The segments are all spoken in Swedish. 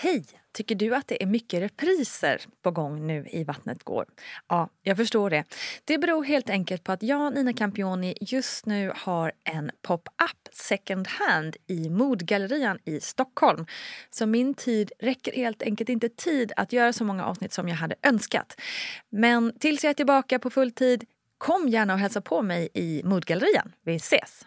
Hej! Tycker du att det är mycket repriser på gång nu i Vattnet går? Ja, jag förstår det. Det beror helt enkelt på att jag, Nina Campioni, just nu har en pop-up second hand i Modgallerian i Stockholm. Så min tid räcker helt enkelt inte tid att göra så många avsnitt som jag hade önskat. Men tills jag är tillbaka på full tid, kom gärna och hälsa på mig i Modgallerian. Vi ses!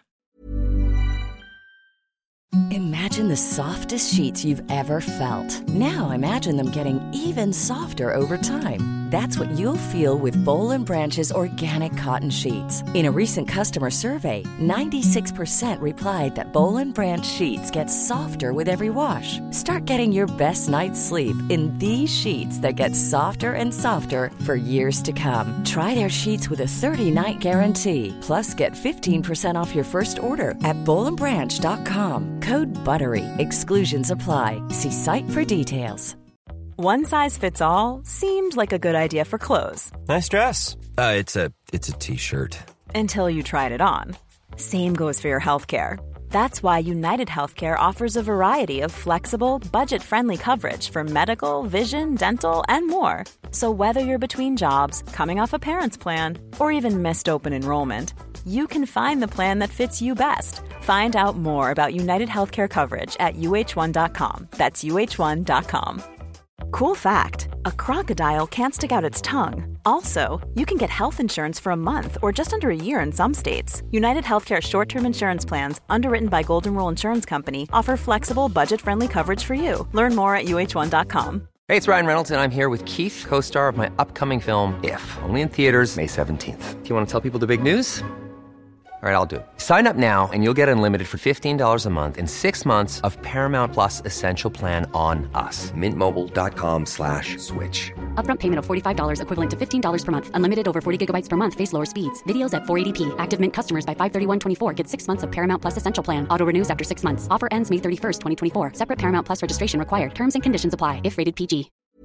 Imagine the softest sheets you've ever felt. Now imagine them getting even softer over time. That's what you'll feel with Boll & Branch's organic cotton sheets. In a recent customer survey, 96% replied that Boll & Branch sheets get softer with every wash. Start getting your best night's sleep in these sheets that get softer and softer for years to come. Try their sheets with a 30-night guarantee. Plus, get 15% off your first order at bollandbranch.com. Code BUTTERY. Exclusions apply. See site for details. One size fits all seemed like a good idea for clothes. Nice dress. It's a t-shirt. Until you tried it on. Same goes for your healthcare. That's why United Healthcare offers a variety of flexible, budget-friendly coverage for medical, vision, dental, and more. So whether you're between jobs, coming off a parent's plan, or even missed open enrollment, you can find the plan that fits you best. Find out more about United Healthcare coverage at uh1.com. That's uh1.com. Cool fact, a crocodile can't stick out its tongue. Also, you can get health insurance for a month or just under a year in some states. United Healthcare short-term insurance plans, underwritten by Golden Rule Insurance Company, offer flexible, budget-friendly coverage for you. Learn more at uh1.com. Hey, it's Ryan Reynolds, and I'm here with Keith, co-star of my upcoming film, If, only in theaters May 17th. Do you want to tell people the big news? All right, I'll do it. Sign up now and you'll get unlimited for $15 a month and 6 months of Paramount Plus Essential Plan on us. MintMobile.com/switch. Upfront payment of $45 equivalent to $15 per month. Unlimited over 40 gigabytes per month. Face lower speeds. Videos at 480p. Active Mint customers by 531.24 get 6 months of Paramount Plus Essential Plan. Auto renews after 6 months. Offer ends May 31st, 2024. Separate Paramount Plus registration required. Terms and conditions apply if rated PG.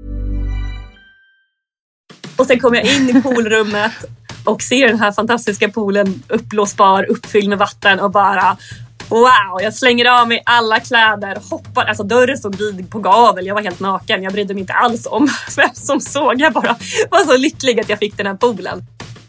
Och sen kommer jag in i poolrummet och ser den här fantastiska poolen uppblåsbar, uppfylld med vatten och bara wow, jag slänger av mig alla kläder, hoppar, alltså dörren stod vid på gavel, jag var helt naken, jag brydde mig inte alls om vem som såg, jag bara var så lycklig att jag fick den här poolen.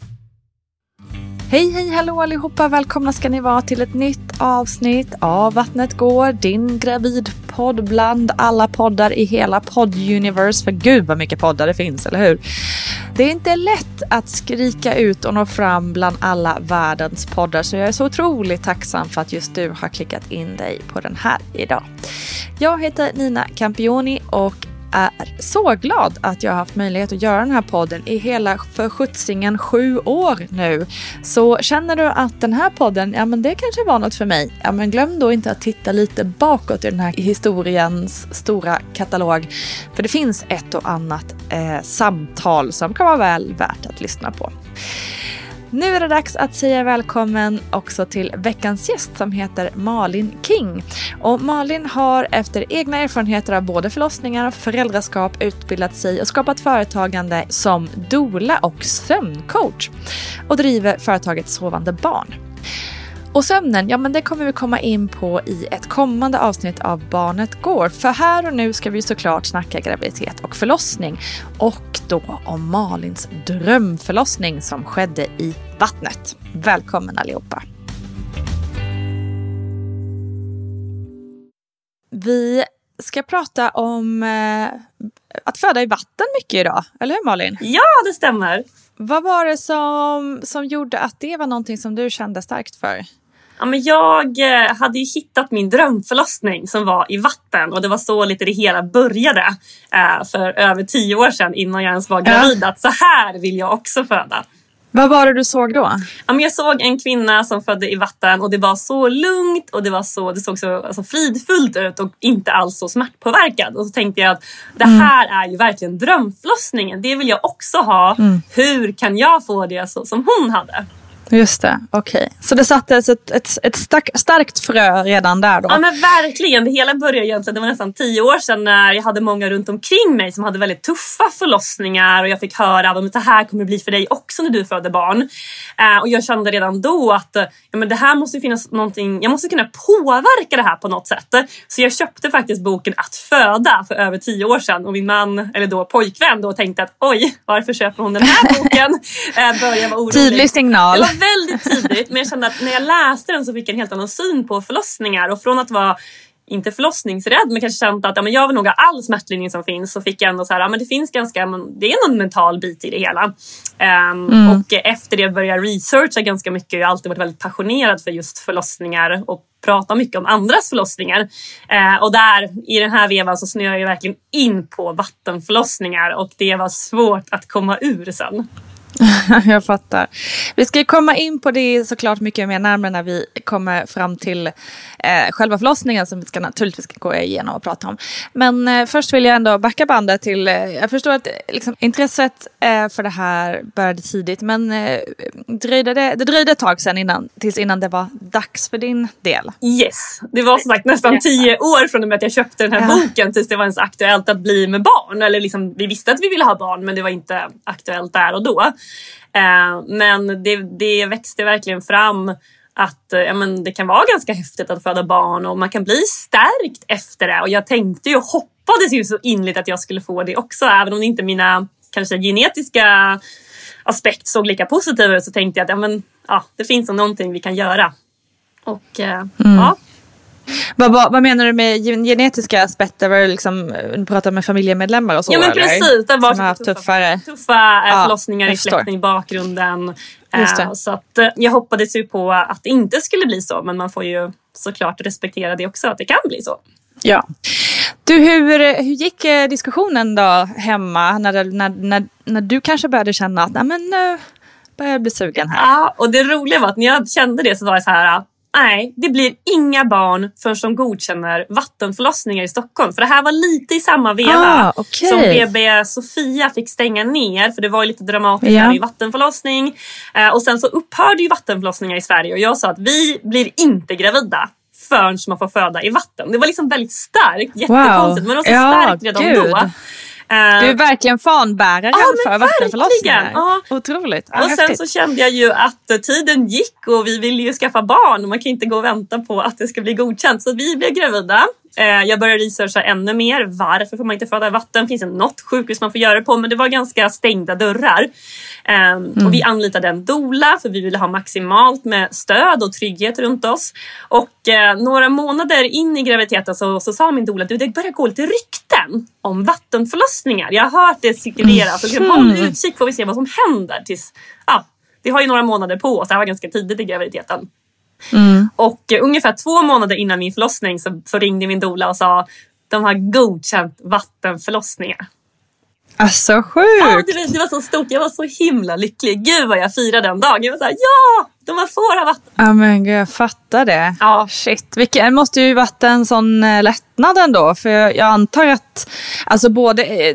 Hej, hallå allihopa, välkomna ska ni vara till ett nytt avsnitt av Vattnet går, din gravidpodd bland alla poddar i hela podd-universe, för gud vad mycket poddar det finns, eller hur? Det är inte lätt att skrika ut och nå fram bland alla världens poddar, så jag är så otroligt tacksam för att just du har klickat in dig på den här idag. Jag heter Nina Campioni och är så glad att jag har haft möjlighet att göra den här podden i hela för 7 år nu. Så känner du att den här podden, ja men det kanske var något för mig. Ja men glöm då inte att titta lite bakåt i den här historiens stora katalog. För det finns ett och annat samtal som kan vara väl värt att lyssna på. Nu är det dags att säga välkommen också till veckans gäst som heter Malin King. Och Malin har efter egna erfarenheter av både förlossningar och föräldraskap utbildat sig och skapat företagande som doula och sömncoach. Och driver företaget Sovande Barn. Och sömnen, ja men det kommer vi komma in på i ett kommande avsnitt av Barnet går. För här och nu ska vi såklart snacka graviditet och förlossning. Och då om Malins drömförlossning som skedde i Vattnet. Välkommen allihopa. Vi ska prata om att föda i vatten mycket idag, eller hur Malin? Ja, det stämmer. Vad var det som gjorde att det var någonting som du kände starkt för? Ja, men jag hade ju hittat min drömförlossning som var i vatten. Och det var så lite det hela började för över 10 år sedan innan jag ens var gravid. Att så här vill jag också föda. Vad var det du såg då? Ja, men jag såg en kvinna som födde i vatten och det var så lugnt och det såg så fridfullt ut och inte alls så smärtpåverkad. Och så tänkte jag att det här är ju verkligen drömförlossningen. Det vill jag också ha. Hur kan jag få det så som hon hade? Just det, okej. Så det sattes ett starkt frö redan där då? Ja men verkligen, det hela började egentligen, det var nästan 10 år sedan när jag hade många runt omkring mig som hade väldigt tuffa förlossningar och jag fick höra att det här kommer bli för dig också när du föder barn. Och jag kände redan då att det här måste finnas någonting, jag måste kunna påverka det här på något sätt. Så jag köpte faktiskt boken Att föda för över 10 år sedan och min man, eller då pojkvän, då tänkte att oj, varför köper hon den här boken? Började vara orolig. Tydlig signal. Det var väldigt tidigt, men jag kände att när jag läste den så fick jag en helt annan syn på förlossningar. Och från att vara, inte förlossningsrädd, men kanske känt att jag vill nog ha all smärtlindring som finns, så fick jag ändå så här, men det finns det är någon mental bit i det hela. Och efter det började jag researcha ganska mycket. Jag har alltid varit väldigt passionerad för just förlossningar och prata mycket om andras förlossningar. Och där, i den här vevan så snöade jag verkligen in på vattenförlossningar och det var svårt att komma ur sen. Jag fattar. Vi ska komma in på det såklart mycket mer närmare när vi kommer fram till själva förlossningen som vi ska naturligtvis gå igenom och prata om. Men först vill jag ändå backa bandet till, jag förstår att liksom, intresset för det här började tidigt, men det dröjde ett tag sedan innan det var dags för din del. Yes, det var som sagt nästan 10 år från och med att jag köpte den här boken tills det var ens aktuellt att bli med barn. Eller liksom, vi visste att vi ville ha barn, men det var inte aktuellt där och då. Men det växte verkligen fram att det kan vara ganska häftigt att föda barn och man kan bli stärkt efter det. Och jag tänkte ju och hoppades ju så inligt att jag skulle få det också, även om inte mina kanske genetiska aspekt såg lika positiva ut, så tänkte jag att det finns någonting vi kan göra. Och ja. Vad menar du med genetiska aspekter? Liksom, du pratar med familjemedlemmar och så? Ja men precis, det var tuffa förlossningar i släkten i bakgrunden. Så att jag hoppades ju på att det inte skulle bli så, men man får ju såklart respektera det också, att det kan bli så. Ja. Du, hur gick diskussionen då hemma när du kanske började känna att nu börjar jag bli sugen här? Ja, och det roliga var att när jag kände det så var jag så här: nej, det blir inga barn förrän som godkänner vattenförlossningar i Stockholm. För det här var lite i samma veva som BB Sofia fick stänga ner. För det var ju lite dramatiskt i vattenförlossning. Och sen så upphörde ju vattenförlossningar i Sverige. Och jag sa att vi blir inte gravida förrän man får föda i vatten. Det var liksom väldigt starkt, jättekonstigt. Men också starkt redan då. Du är verkligen fanbärare för vattenförlossningar. Otroligt. Och sen så kände jag ju att tiden gick och vi ville ju skaffa barn. Och man kan inte gå och vänta på att det ska bli godkänt. Så vi blev gravida. Jag började researcha ännu mer. Varför får man inte föda i vatten? Finns det något sjukhus man får göra det på? Men det var ganska stängda dörrar. Och vi anlitade en doula för vi ville ha maximalt med stöd och trygghet runt oss. Och några månader in i graviditeten så sa min doula: det börjar gå lite rykten om vattenförlossningar. Jag har hört det cirkulera. Så håll utkik, får vi se vad som händer. Det har ju några månader på oss. Det här var ganska tidigt i graviditeten. Och ungefär 2 månader innan min förlossning så ringde min doula och sa: de har godkänt vattenförlossningar. Alltså sjukt! Ja, det var så stort. Jag var så himla lycklig. Gud vad jag firade den dagen. Jag var så här, ja! De får ha vatten. Ja men gud, jag fattar det. Ja. Shit, det måste ju varit en sån lättnad ändå. För jag antar att, alltså både,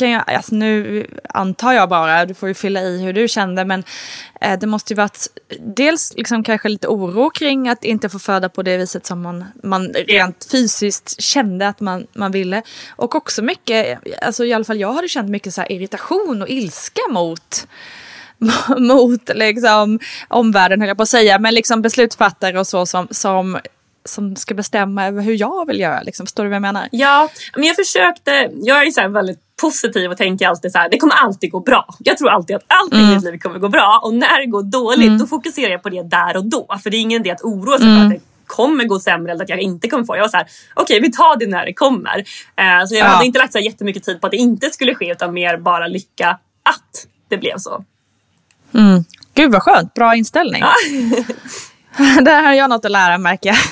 nu antar jag bara, du får ju fylla i hur du kände, men det måste ju varit dels liksom kanske lite oro kring att inte få föda på det viset som man rent fysiskt kände att man ville. Och också mycket, alltså i alla fall jag hade känt mycket så här irritation och ilska mot liksom omvärlden, höll jag på att säga, men liksom beslutsfattare och så som ska bestämma över hur jag vill göra, liksom. Förstår du vad jag menar? Ja, men jag är så här väldigt positiv och tänker alltid så här: det kommer alltid gå bra. Jag tror alltid att allting i mitt liv kommer gå bra, och när det går dåligt då fokuserar jag på det där och då, för det är ingen idé att oroa sig för att det kommer gå sämre eller att jag inte kommer få. Jag var så här: okej, vi tar det när det kommer. Så jag hade inte lagt så jättemycket tid på att det inte skulle ske, utan mer bara lycka att det blev så. Gud vad skönt, bra inställning. Ja. Där har jag något att lära, märker jag.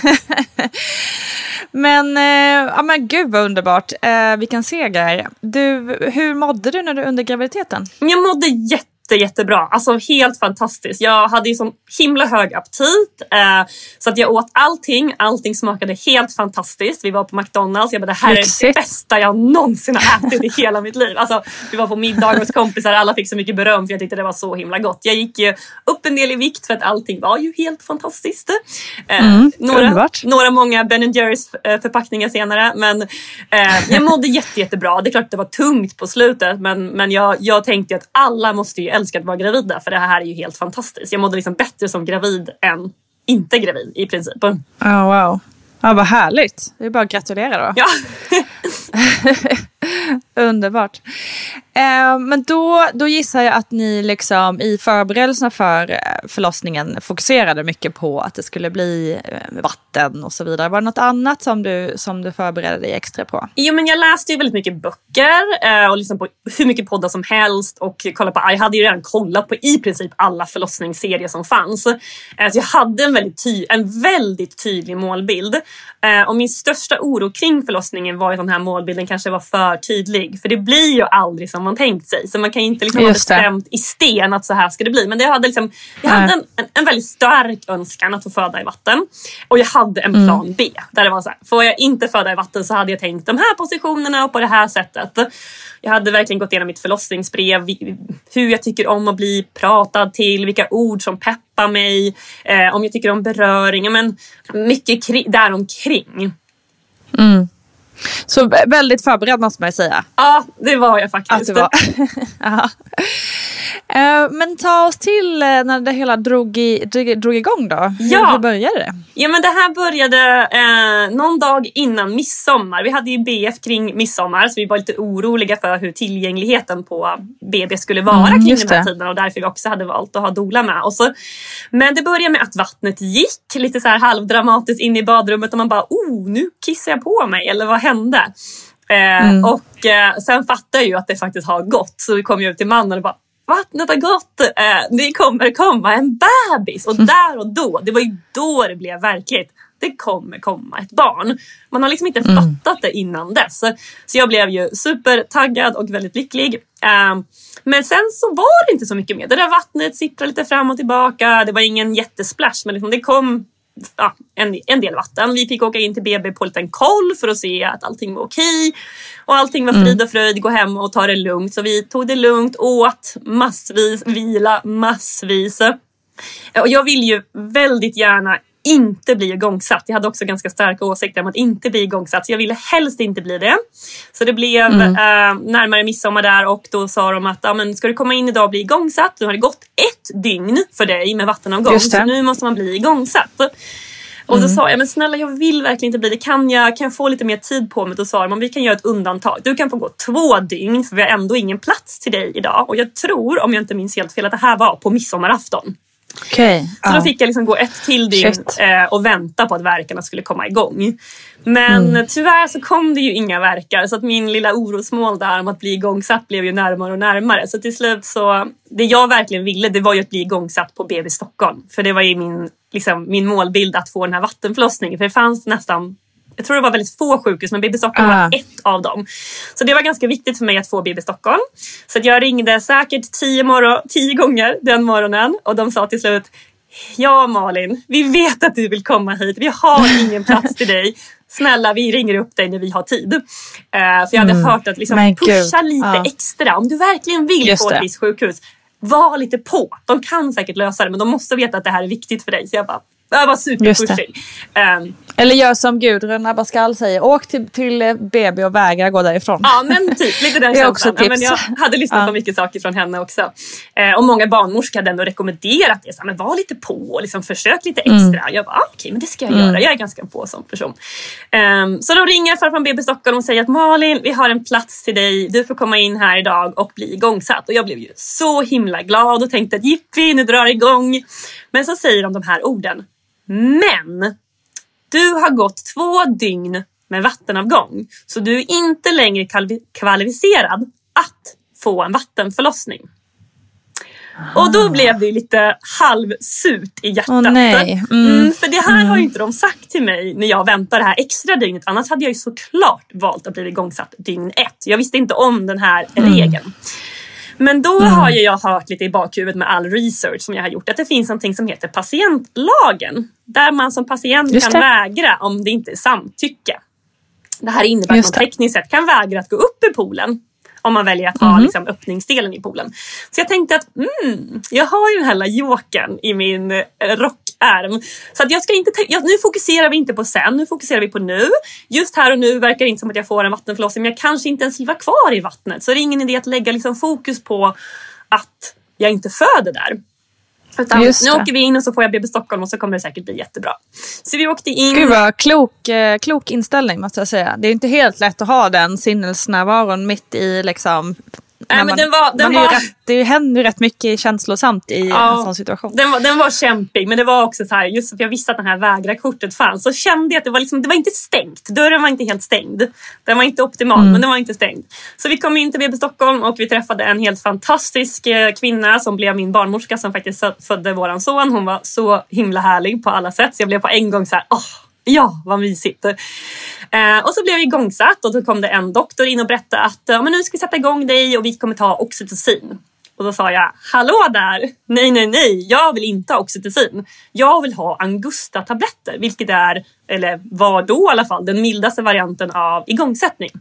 Men gud vad underbart. Vilken seger. Hur mådde du under graviditeten? Jag mådde jättebra. Alltså helt fantastiskt. Jag hade ju som himla hög aptit. Så att jag åt allting. Allting smakade helt fantastiskt. Vi var på McDonalds. Jag bara, det här är det bästa jag någonsin har ätit i hela mitt liv. Alltså, vi var på middag hos kompisar. Alla fick så mycket beröm för jag tyckte det var så himla gott. Jag gick ju upp en del i vikt för att allting var ju helt fantastiskt. Många Ben & Jerry's förpackningar senare. Men jag mådde jättebra. Det är klart att det var tungt på slutet. Men jag tänkte att alla måste ju älska att vara gravida. För det här är ju helt fantastiskt. Jag mådde liksom bättre som gravid än inte gravid i princip. Oh, wow. Ja, vad härligt. Det är bara att gratulera då. Ja. Underbart. Men då gissar jag att ni liksom i förberedelserna för förlossningen fokuserade mycket på att det skulle bli vatten och så vidare. Var det något annat som du förberedde dig extra på? Jo, men jag läste ju väldigt mycket böcker och lyssnade på hur mycket poddar som helst och kollade på. Jag hade ju redan kollat på i princip alla förlossningsserier som fanns. Så jag hade en väldigt tydlig målbild. Och min största oro kring förlossningen var att den här målbilden kanske var för tydlig. För det blir ju aldrig som man tänkt sig. Så man kan inte liksom ha bestämt i sten att så här ska det bli. Men jag hade en väldigt stark önskan att få föda i vatten. Och jag hade en plan B. Där det var så här, får jag inte föda i vatten så hade jag tänkt de här positionerna och på det här sättet. Jag hade verkligen gått igenom mitt förlossningsbrev. Hur jag tycker om att bli pratad till. Vilka ord som peppar mig. Om jag tycker om beröring. Men mycket däromkring. Mm. Så väldigt förberedd måste man ju säga. Ja, det var jag faktiskt. Att det var. Ja. Men ta oss till när det hela drog igång då. Hur började det? Ja, men det här började någon dag innan midsommar. Vi hade ju BF kring midsommar så vi var lite oroliga för hur tillgängligheten på BB skulle vara kring den här tiden. Och därför vi också hade valt att ha doula med oss. Men det började med att vattnet gick lite så här halvdramatiskt in i badrummet och man bara, nu kissar jag på mig. Eller vad hände? Och sen fattade jag ju att det faktiskt har gått. Så vi kom ju ut till mannen och bara, vattnet har gått. Det kommer komma en bebis. Och där och då, det var ju då det blev verkligt. Det kommer komma ett barn. Man har liksom inte fattat det innan dess. Så jag blev ju supertaggad och väldigt lycklig. Men sen så var det inte så mycket mer. Det där vattnet sipprade lite fram och tillbaka. Det var ingen jättesplash. Men liksom det kom en del vatten. Vi fick åka in till BB på en liten koll för att se att allting var okej. Och allting var frid och fröjd. Gå hem och ta det lugnt. Så vi tog det lugnt, åt massvis, vila massvis. Och jag vill ju väldigt gärna inte bli igångsatt. Jag hade också ganska starka åsikter om att inte bli igångsatt. Så jag ville helst inte bli det. Så det blev närmare midsommar där. Och då sa de att men ska du komma in idag och bli igångsatt? Nu har det gått 1 dygn för dig med vattenavgång. Så nu måste man bli igångsatt. Och då sa jag, men snälla jag vill verkligen inte bli det. Kan jag få lite mer tid på mig? Då sa de, om vi kan göra ett undantag. Du kan få gå 2 dygn för vi har ändå ingen plats till dig idag. Och jag tror, om jag inte minns helt fel, att det här var på midsommarafton. Okay. Så då fick jag liksom gå 1 till dygn och vänta på att verkarna skulle komma igång. Men tyvärr så kom det ju inga verkar. Så att min lilla orosmål där om att bli igångsatt blev ju närmare och närmare. Så till slut så, det jag verkligen ville, det var ju att bli igångsatt på BB Stockholm. För det var ju min målbild att få den här vattenförlossningen. För det fanns nästan, jag tror det var väldigt få sjukhus, men BB Stockholm var ett av dem. Så det var ganska viktigt för mig att få BB Stockholm. Så att jag ringde säkert 10 gånger den morgonen. Och de sa till slut, ja Malin, vi vet att du vill komma hit. Vi har ingen plats till dig. Snälla, vi ringer upp dig när vi har tid. För jag hade hört att liksom pusha lite extra. Om du verkligen vill få ett visst sjukhus, var lite på. De kan säkert lösa det, men de måste veta att det här är viktigt för dig. Så jag var superpushig. Eller gör som Gudrun Abascal säger, åk till BB och vägra gå därifrån. Ja, men typ lite den känslan. Men jag hade lyssnat på mycket saker från henne också. Och många barnmorskor hade ändå rekommenderat det. Så, men var lite på och liksom försök lite extra. Jag bara, okej, men det ska jag göra. Jag är ganska på som person. Så då ringer jag från BB Stockholm och säger att Malin, vi har en plats till dig. Du får komma in här idag och bli igångsatt. Och jag blev ju så himla glad och tänkte att jippi, nu drar igång. Men så säger de här orden. Men du har gått 2 dygn med vattenavgång. Så du är inte längre kvalificerad att få en vattenförlossning. Och då blev det lite halvsurt i hjärtat. För det här har ju inte de sagt till mig när jag väntar det här extra dygnet. Annars hade jag ju såklart valt att bli igångsatt dygn 1. Jag visste inte om den här regeln. Men då har jag hört lite i bakhuvudet med all research som jag har gjort att det finns någonting som heter patientlagen. Där man som patient kan vägra om det inte är samtycke. Det här innebär att man tekniskt sett kan vägra att gå upp i poolen om man väljer att ha liksom, öppningsdelen i poolen. Så jag tänkte att jag har ju den här lilla jokern i min rockärm. Så att jag ska inte nu fokuserar vi inte på sen, nu fokuserar vi på nu. Just här och nu verkar det inte som att jag får en vattenförlossning, men jag kanske inte ens vill vara kvar i vattnet. Så det är ingen idé att lägga liksom, fokus på att jag inte föder där. Utan nu åker vi in och så får jag BB Stockholm och så kommer det säkert bli jättebra. Så vi åkte in. Gud vad klok inställning måste jag säga. Det är inte helt lätt att ha den sinnesnärvaron mitt i liksom... Nej, men det händer rätt mycket känslosamt i en sån situation. Den var kämpig, men det var också så här, just för jag visste att den här vägra-kortet fanns, så kände jag att det var inte stängt. Dörren var inte helt stängd. Den var inte optimal, men den var inte stängd. Så vi kom in till BB Stockholm och vi träffade en helt fantastisk kvinna som blev min barnmorska som faktiskt födde våran son. Hon var så himla härlig på alla sätt. Så jag blev på en gång så här, ja, vad mysigt. Och så blev vi igångsatt och då kom det en doktor in och berättade att men nu ska vi sätta igång dig och vi kommer ta oxytocin. Och då sa jag, hallå där, nej, jag vill inte ha oxytocin. Jag vill ha Angusta-tabletter, vilket är, eller var då i alla fall, den mildaste varianten av igångsättning.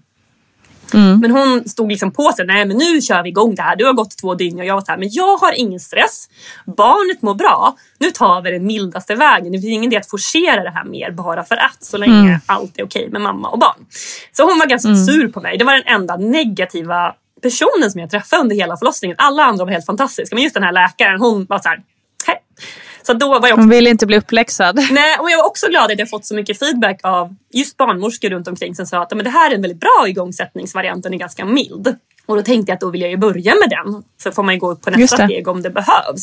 Men hon stod liksom på sig, nej men nu kör vi igång det här, du har gått 2 dygn och jag var så här, men jag har ingen stress, barnet mår bra, nu tar vi den mildaste vägen, det finns ingen idé att forcera det här mer bara för att, så länge allt är okej med mamma och barn. Så hon var ganska sur på mig, det var den enda negativa personen som jag träffade under hela förlossningen. Alla andra var helt fantastiska, men just den här läkaren, hon var så här, hej. Så då var jag också... Hon ville inte bli uppläxad. Nej, och jag var också glad att jag fått så mycket feedback av just barnmorskor runt omkring som sa att men det här är en väldigt bra igångsättningsvariant, den är ganska mild. Och då tänkte jag att då vill jag ju börja med den. Så får man ju gå upp på nästa steg om det behövs.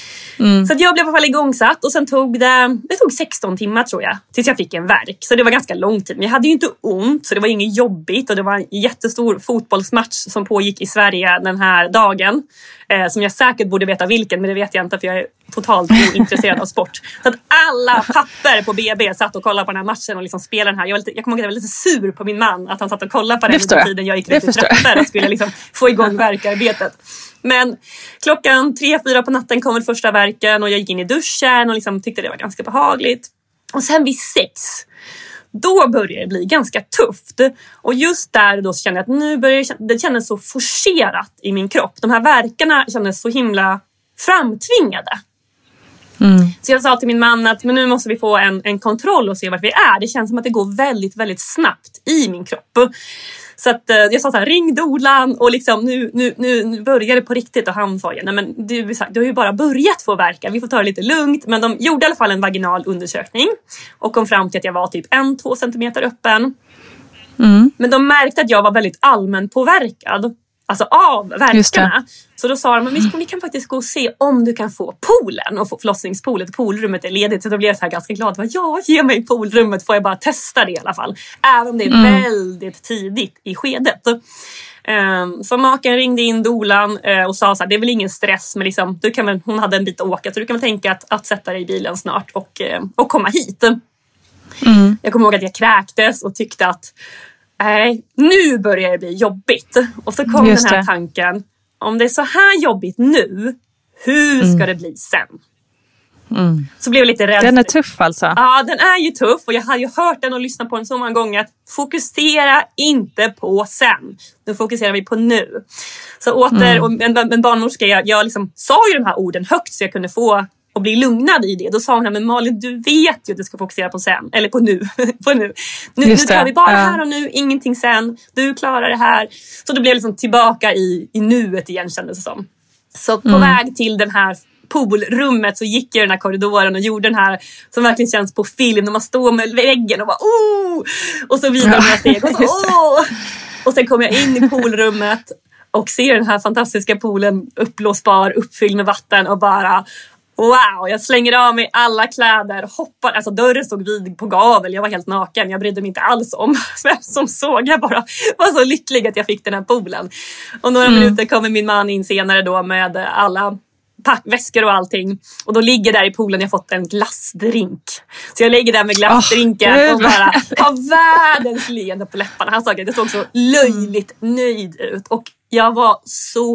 Så att jag blev i alla fall igångsatt och sen tog det tog 16 timmar tror jag tills jag fick en värk. Så det var ganska lång tid. Men jag hade ju inte ont så det var inget jobbigt och det var en jättestor fotbollsmatch som pågick i Sverige den här dagen. Som jag säkert borde veta vilken, men det vet jag inte för jag är totalt ointresserad av sport. Så att alla papper på BB satt och kollade på den här matchen och liksom spelade den här. Jag kommer ihåg att jag var lite sur på min man att han satt och kollade på den under tiden jag gick runt i trappor och skulle liksom få igång värkarbetet. Men klockan 3-4 på natten kom den första värken och jag gick in i duschen och liksom tyckte det var ganska behagligt. Och sen vid 6, då började det bli ganska tufft. Och just där då så kände jag att nu börjar det kändes så forcerat i min kropp. De här värkarna kändes så himla framtvingade. Så jag sa till min man att men nu måste vi få en kontroll och se vart vi är. Det känns som att det går väldigt, väldigt snabbt i min kropp. Så att jag sa så här, ring dolan och liksom nu börjar det på riktigt. Och han sa, nej men du har ju bara börjat få verka. Vi får ta det lite lugnt. Men de gjorde i alla fall en vaginal undersökning. Och kom fram till att jag var typ 1-2 centimeter öppen. Men de märkte att jag var väldigt allmän påverkad. Alltså av verkarna. Så då sa de, men vi kan faktiskt gå och se om du kan få poolen. Och få förlossningspoolet, poolrummet är ledigt. Så då blev jag så här ganska glad. Ja, ge mig poolrummet, får jag bara testa det i alla fall. Även om det är väldigt tidigt i skedet. Så maken ringde in dolan och sa så här, det är väl ingen stress. Men liksom, hon hade en bit att åka. Så du kan väl tänka att sätta dig i bilen snart och komma hit. Jag kommer ihåg att jag kräktes och tyckte att nej, nu börjar det bli jobbigt. Och så kom den här tanken, om det är så här jobbigt nu, hur ska det bli sen? Så blev jag lite rädd. Den är tuff alltså. Ja, den är ju tuff. Och jag har ju hört den och lyssnat på den så många gånger. Att fokusera inte på sen. Nu fokuserar vi på nu. Så åter, och en barnmorska, jag liksom sa ju de här orden högt så jag kunde få och bli lugnad i det. Då sa hon, men Malin, du vet ju att du ska fokusera på sen. Eller på nu. Nu tar vi bara här och nu, ingenting sen. Du klarar det här. Så då blev jag liksom tillbaka i nuet igen, kändes det som. Så på väg till den här poolrummet så gick jag i den här korridoren och gjorde den här som verkligen känns på film. När man står med väggen och bara och så vidare några steg. Och så och sen kom jag in i poolrummet och ser den här fantastiska poolen uppblåsbar, uppfylld med vatten och bara... Wow, jag slänger av mig alla kläder, hoppar, alltså dörren stod vid på gavel, jag var helt naken, jag brydde mig inte alls om vem som såg, jag bara var så lycklig att jag fick den här poolen. Och några minuter kommer min man in senare då med alla väskor och allting. Och då ligger där i poolen, jag fått en glassdrink. Så jag ligger där med glassdrinken och bara har världens leende på läpparna. Han sa att jag såg så löjligt nöjd ut och jag var så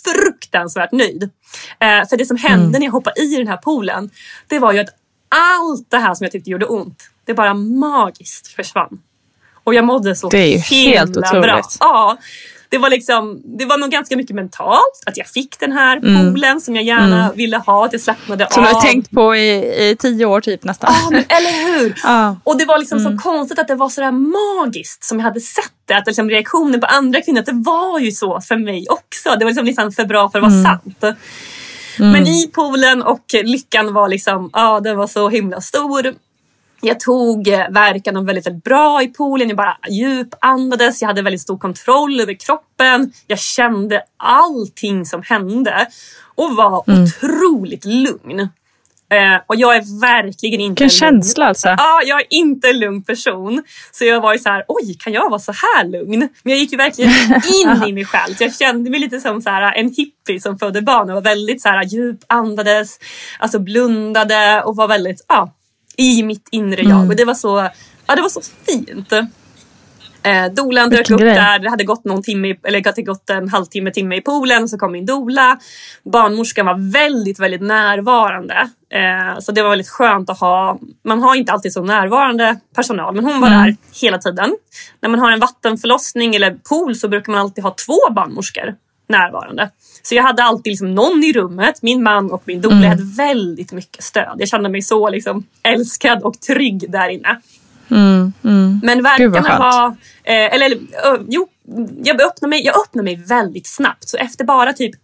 fruktansvärt nöjd. För det som hände när jag hoppade i den här poolen, det var ju att allt det här som jag tyckte gjorde ont, det bara magiskt försvann. Och jag mådde så helt bra. Ja, det var nog ganska mycket mentalt att jag fick den här poolen som jag gärna ville ha, att jag slappnade av. Som du har tänkt på i 10 år typ nästan. Ja, eller hur? Och det var liksom så konstigt att det var sådär magiskt som jag hade sett det. Att liksom reaktionen på andra kvinnor, att det var ju så för mig också. Det var liksom nästan för bra för att vara sant. Men i poolen, och lyckan var liksom, den var så himla stor. Jag tog verkan väldigt, väldigt bra i poolen. Jag bara djupandades. Jag hade väldigt stor kontroll över kroppen. Jag kände allting som hände. Och var otroligt lugn. Och jag är verkligen inte... Vilken känsla alltså. Ja, jag är inte en lugn person. Så jag var ju så här, oj, kan jag vara så här lugn? Men jag gick ju verkligen in i mig själv. Så jag kände mig lite som så här, en hippie som födde barn. Och var väldigt så här djupandades. Alltså blundade och var väldigt... i mitt inre jag. Och det var så fint. Dolan dök upp där. Det hade gått någon timme, eller det hade gått en timme i poolen. Så kom min dola. Barnmorskan var väldigt, väldigt närvarande. Så det var väldigt skönt att ha. Man har inte alltid så närvarande personal, men hon var där hela tiden. När man har en vattenförlossning eller pool så brukar man alltid ha 2 barnmorskor närvarande. Så jag hade alltid liksom någon i rummet. Min man och min doula hade väldigt mycket stöd. Jag kände mig så liksom älskad och trygg där inne. Men verkarna var... jag öppnade mig väldigt snabbt. Så efter bara typ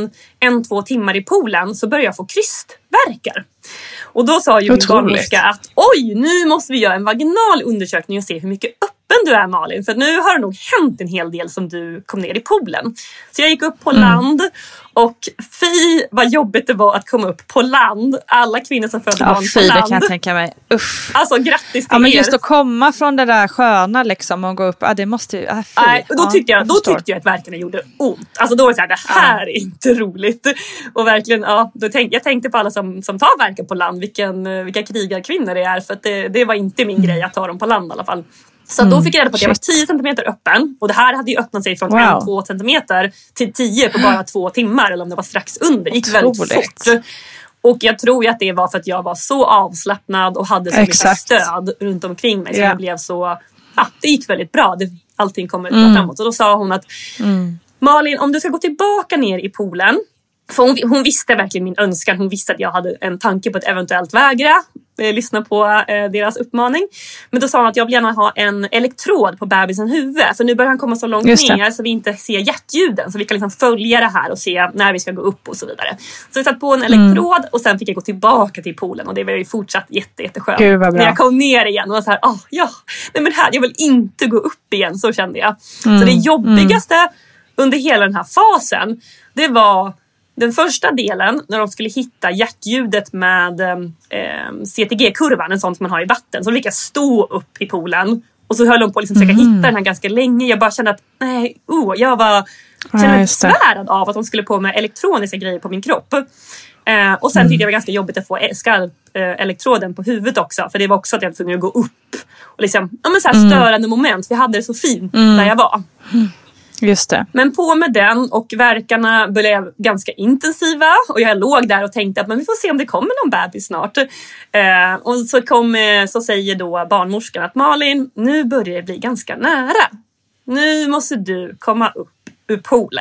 1-2 timmar i poolen så började jag få krystverkar. Och då sa ju min barnmorska att oj, nu måste vi göra en vaginal undersökning och se hur mycket öppen du är, Malin. För nu har det nog hänt en hel del som du kom ner i poolen. Så jag gick upp på land. Och fy vad jobbigt det var att komma upp på land. Alla kvinnor som födde barn på land. Det kan jag tänka mig. Uff. Alltså grattis till men er. just att komma från det där sköna liksom och gå upp. Det måste ju... Då tyckte jag att verkarna gjorde ont. Alltså då var det så här, det här är inte roligt. Och verkligen, jag tänkte på alla som tar verkar på land. Vilka krigarkvinnor det är. För att det var inte min grej att ta dem på land i alla fall. Så då fick jag reda på att jag var 10 centimeter öppen. Och det här hade ju öppnat sig från 1-2 centimeter till 10 på bara 2 timmar. Eller om det var strax under. Det gick väldigt fort. Och jag tror ju att det var för att jag var så avslappnad och hade så mycket stöd runt omkring mig. Så jag blev så... det gick väldigt bra. Allting kommer bra framåt. Och då sa hon att Malin, om du ska gå tillbaka ner i poolen. För hon visste verkligen min önskan. Hon visste att jag hade en tanke på att eventuellt vägra lyssna på deras uppmaning. Men då sa hon att jag vill gärna ha en elektrod på bebisens huvud. För nu börjar han komma så långt ner så vi inte ser hjärtljuden. Så vi kan liksom följa det här och se när vi ska gå upp och så vidare. Så jag satt på en elektrod och sen fick jag gå tillbaka till poolen. Och det var ju fortsatt jätteskönt. När jag kom ner igen och var så här, jag vill inte gå upp igen. Så kände jag. Så det jobbigaste under hela den här fasen, det var... Den första delen, när de skulle hitta hjärtljudet med CTG-kurvan, en sån som man har i vatten. Så fick jag stå upp i poolen. Och så höll de på att försöka hitta den här ganska länge. Jag bara kände att, jag kände mig besvärad av att de skulle på med elektroniska grejer på min kropp. Och sen tyckte jag var ganska jobbigt att få elektroden på huvudet också. För det var också att jag tvungen att gå upp. Och liksom, så här störande moment. Vi hade det så fint där jag var. Just det. Men på med den och verkarna blev ganska intensiva och jag låg där och tänkte att men vi får se om det kommer någon bebis snart. Och så säger då barnmorskan att Malin, nu börjar det bli ganska nära. Nu måste du komma upp ur poolen.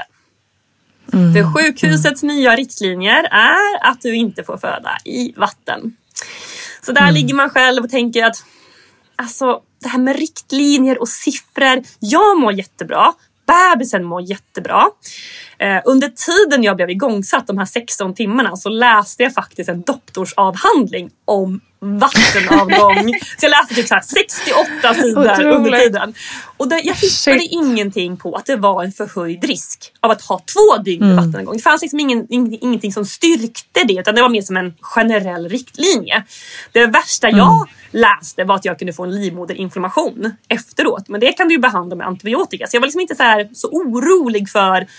För sjukhusets nya riktlinjer är att du inte får föda i vatten. Så där ligger man själv och tänker att alltså det här med riktlinjer och siffror, jag mår jättebra. Bebisen mår jättebra. Under tiden jag blev igångsatt de här 16 timmarna så läste jag faktiskt en doktorsavhandling om vattenavgång. Så jag läste typ så här 68 sidor under tiden. Och jag hittade ingenting på att det var en förhöjd risk av att ha 2 dygn vattenavgång. Det fanns liksom ingenting som styrkte det, utan det var mer som en generell riktlinje. Det värsta jag läste var att jag kunde få en livmoderinflammation efteråt. Men det kan du ju behandla med antibiotika. Så jag var liksom inte så orolig för...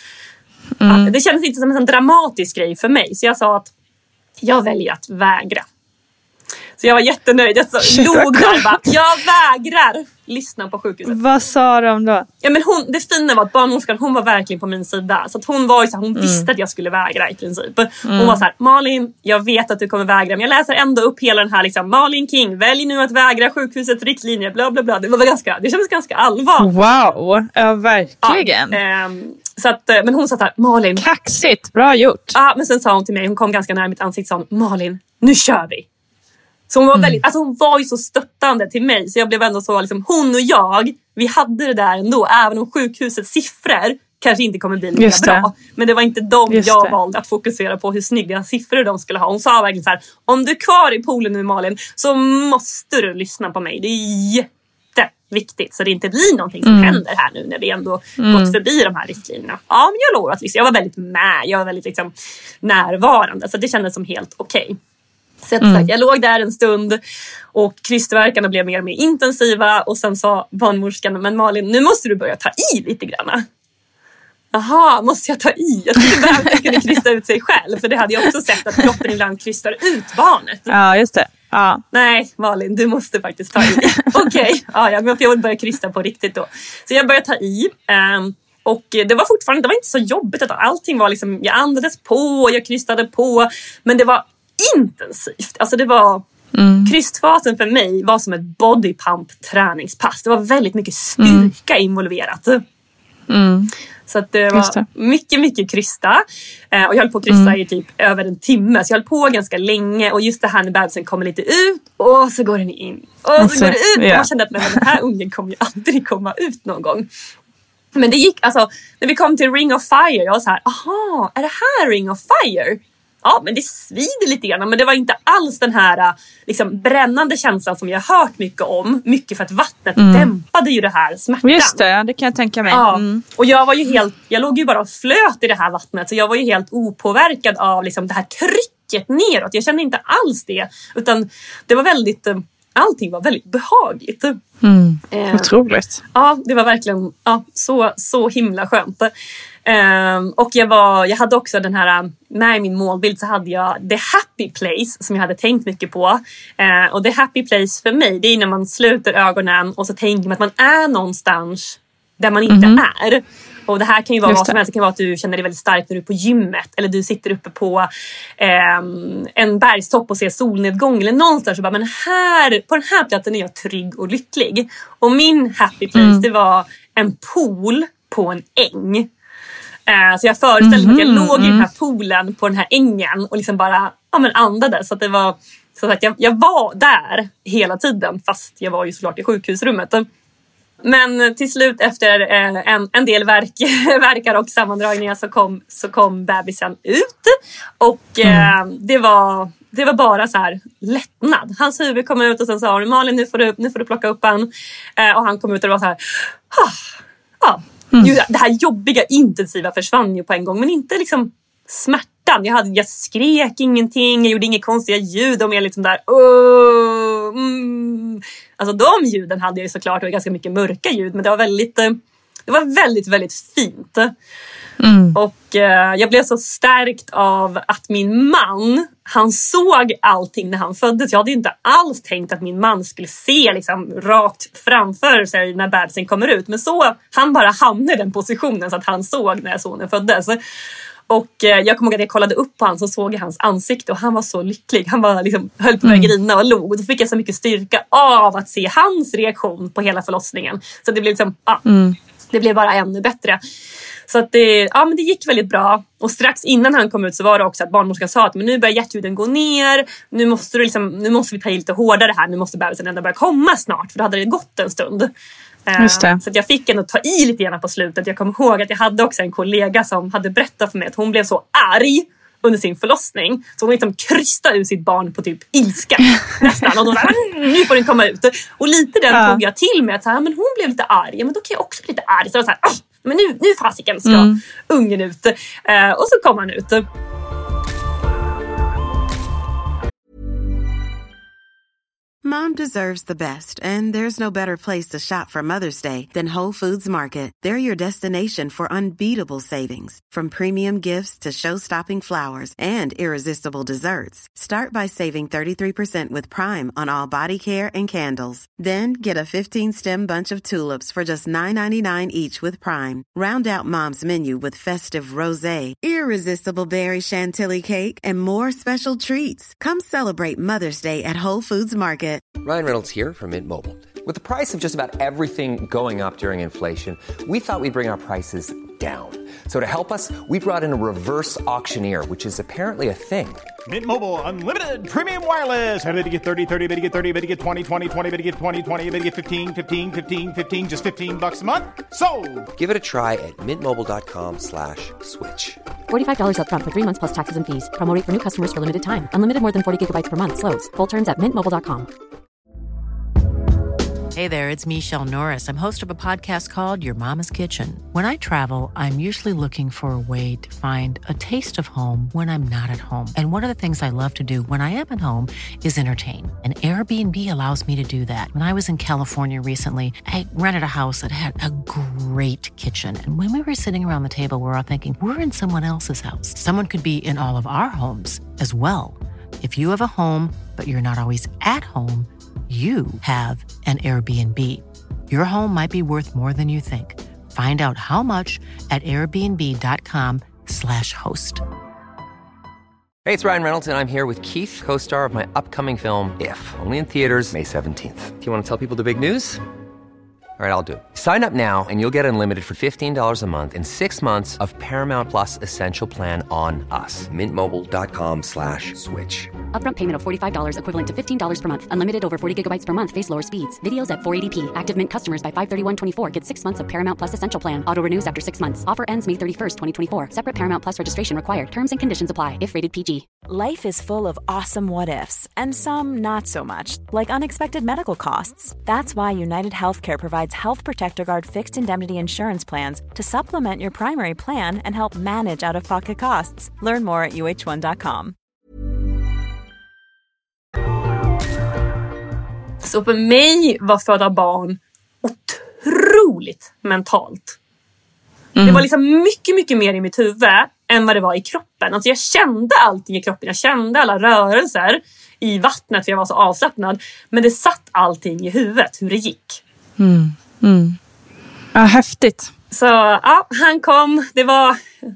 Det kändes inte som en dramatisk grej för mig. Så jag sa att jag väljer att vägra. Så jag var jättenöjd. Jag låg där bara, jag vägrar lyssna på sjukhuset. Vad sa de då? Ja, men det fina var att barnmorskan, hon var verkligen på min sida. Så att hon var ju så här, hon visste att jag skulle vägra i princip. Hon var så här, Malin, jag vet att du kommer vägra. Men jag läser ändå upp hela den här liksom, Malin King, välj nu att vägra sjukhusets riktlinjer, bla bla bla. Det kändes ganska allvarligt. Wow, ja verkligen. Ja, så att, men hon sa så här, Malin. Kaxigt, bra gjort. Ja, men sen sa hon till mig, hon kom ganska nära mitt ansikte, sa hon, Malin, nu kör vi. Så hon var väldigt, alltså hon var ju så stöttande till mig. Så jag blev ändå så liksom, hon och jag, vi hade det där ändå. Även om sjukhusets siffror kanske inte kommer bli lika bra. Men det var inte jag valde att fokusera på hur snygga siffror de skulle ha. Hon sa verkligen så här, om du är kvar i poolen nu Malin, så måste du lyssna på mig. Det är jätteviktigt så det inte blir någonting som händer här nu när vi ändå gått förbi de här riktlinjerna. Ja, men jag lovar att jag var väldigt med. Jag var väldigt liksom närvarande. Så det kändes som helt okej. Så jag låg där en stund och krystvärkarna blev mer och mer intensiva och sen sa barnmorskan, men Malin, nu måste du börja ta i lite grann. Jaha, måste jag ta i? Jag skulle behöva kunna krysta ut sig själv, för det hade jag också sett att kroppen ibland krystar ut barnet. Ja, just det. Ja. Nej, Malin, du måste faktiskt ta i. Okej, ja, men jag vill börja krysta på riktigt då. Så jag började ta i. Och det var inte så jobbigt att allting var liksom, jag andades på, jag krystade på, men det var intensivt. Alltså det var krystfasen för mig var som ett bodypump träningspass. Det var väldigt mycket styrka involverat. Så att det var mycket krysta. Och jag höll på att krysta i typ över en timme. Så jag höll på ganska länge. Och just det här när bebisen kommer lite ut. Och så går den in. Och så går det ut. Och man kände att den här ungen kommer ju aldrig komma ut någon gång. Men det gick, alltså när vi kom till Ring of Fire. Jag var så här, aha, är det här Ring of Fire? Ja, men det svider lite grann. Men det var inte alls den här liksom, brännande känslan som jag har hört mycket om. Mycket för att vattnet dämpade ju det här smärtan. Just det kan jag tänka mig. Ja. Och jag var ju jag låg ju bara och flöt i det här vattnet. Så jag var ju helt opåverkad av liksom, det här trycket neråt. Jag kände inte alls det. Utan det var väldigt, allting var väldigt behagligt. Otroligt. Ja, det var verkligen så himla skönt. Och jag hade också den här, med i min målbild så hade jag the happy place som jag hade tänkt mycket på. Och the happy place för mig, det är när man sluter ögonen och så tänker man att man är någonstans där man inte är. Och det här kan ju vara vad som helst. Det kan vara att du känner dig väldigt starkt när du är på gymmet. Eller du sitter uppe på en bergstopp och ser solnedgång. Eller någonstans så bara, men på den här platsen är jag trygg och lycklig. Och min happy place, det var en pool på en äng. Så jag föreställde mig att jag låg i den här poolen på den här ängen. Och liksom bara andades. Så att det var så att jag var där hela tiden. Fast jag var ju såklart i sjukhusrummet. Men till slut efter en del verkar och sammandragningar så kom bebisen ut. Och det var bara så här lättnad. Hans huvud kom ut och sen sa hon, Malin, nu får du plocka upp han. Och han kom ut och det var så här, det här jobbiga, intensiva försvann ju på en gång. Men inte liksom smärtan. Jag skrek ingenting, jag gjorde inga konstiga ljud. De är liksom där, Alltså de ljuden hade jag ju såklart. Det var ganska mycket mörka ljud. Men det var väldigt, väldigt fint. Och jag blev så stärkt av att min man, han såg allting när han föddes. Jag hade inte alls tänkt att min man skulle se liksom rakt framför sig när bebisen kommer ut. Men så, han bara hamnade i den positionen så att han såg när sonen föddes. Och jag kommer ihåg att jag kollade upp på han, så såg jag hans ansikte och han var så lycklig. Han var liksom, höll på att grina och log. Och då fick jag så mycket styrka av att se hans reaktion på hela förlossningen. Så det blev liksom, det blev bara ännu bättre. Så att men det gick väldigt bra. Och strax innan han kom ut så var det också att barnmorskan sa att men nu börjar hjärtljuden gå ner. Nu måste vi ta i lite hårdare här. Nu måste bebisen ändå börja komma snart. För då hade det gått en stund. Just det. Så att jag fick ändå ta i lite grann på slutet. Jag kommer ihåg att jag hade också en kollega som hade berättat för mig att hon blev så arg under sin förlossning. Så hon liksom krystade ut sitt barn på typ ilska nästan. Och då nu får den komma ut. Och lite den tog jag till mig att så här, men hon blev lite arg. Men då kan jag också bli lite arg. Så jag var så här, men nu fasiken ska ungen ut. Och så kom han ut. Mom deserves the best, and there's no better place to shop for Mother's Day than Whole Foods Market. They're your destination for unbeatable savings, from premium gifts to show-stopping flowers and irresistible desserts. Start by saving 33% with Prime on all body care and candles. Then get a 15-stem bunch of tulips for just $9.99 each with Prime. Round out Mom's menu with festive rosé, irresistible berry chantilly cake, and more special treats. Come celebrate Mother's Day at Whole Foods Market. Ryan Reynolds here from Mint Mobile. With the price of just about everything going up during inflation, we thought we'd bring our prices down. So to help us, we brought in a reverse auctioneer, which is apparently a thing. Mint Mobile Unlimited Premium Wireless. How to get 30, 30, bit to get 30, bit to get 20, 20, 20, bit to get 20, 20, bit to get 15, 15, 15, 15, just $15 a month? Sold! Give it a try at mintmobile.com/switch. $45 up front for 3 months plus taxes and fees. Promo rate for new customers for limited time. Unlimited more than 40 gigabytes per month. Slows full terms at mintmobile.com. Hey there, it's Michelle Norris. I'm host of a podcast called Your Mama's Kitchen. When I travel, I'm usually looking for a way to find a taste of home when I'm not at home. And one of the things I love to do when I am at home is entertain. And Airbnb allows me to do that. When I was in California recently, I rented a house that had a great kitchen. And when we were sitting around the table, we're all thinking, we're in someone else's house. Someone could be in all of our homes as well. If you have a home, but you're not always at home, you have an Airbnb. Your home might be worth more than you think. Find out how much at airbnb.com/host. Hey, it's Ryan Reynolds, and I'm here with Keith, co-star of my upcoming film, If, only in theaters May 17th. Do you want to tell people the big news? All right, I'll do it. Sign up now and you'll get unlimited for $15 a month and 6 months of Paramount Plus Essential Plan on us. mintmobile.com/switch. Upfront payment of $45 equivalent to $15 per month. Unlimited over 40 gigabytes per month. Face lower speeds. Videos at 480p. Active Mint customers by 531.24 get 6 months of Paramount Plus Essential Plan. Auto renews after 6 months. Offer ends May 31st, 2024. Separate Paramount Plus registration required. Terms and conditions apply if rated PG. Life is full of awesome what-ifs, and some not so much, like unexpected medical costs. That's why United Healthcare provides Health Protector Guard fixed indemnity insurance plans to supplement your primary plan and help manage out-of-pocket costs. Learn more at uh1.com. Så för mig var föda barn otroligt mentalt. Det var liksom mycket, mycket mer i mitt huvud än vad det var i kroppen. Alltså jag kände allting i kroppen. Jag kände alla rörelser i vattnet för jag var så avslappnad. Men det satt allting i huvudet, hur det gick. Ja, häftigt. Så ja, han kom. Det var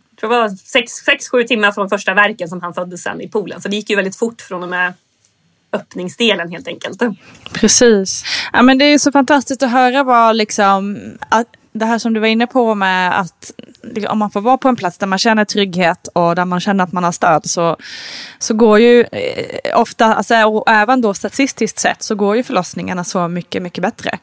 6-7 timmar från första verken som han föddes sen i poolen. Så det gick ju väldigt fort från och med öppningsdelen helt enkelt. Precis. Ja, men det är så fantastiskt att höra vad liksom... Det här som du var inne på med att om man får vara på en plats där man känner trygghet och där man känner att man har stöd så går ju ofta, alltså, och även då statistiskt sett så går ju förlossningarna så mycket, mycket bättre.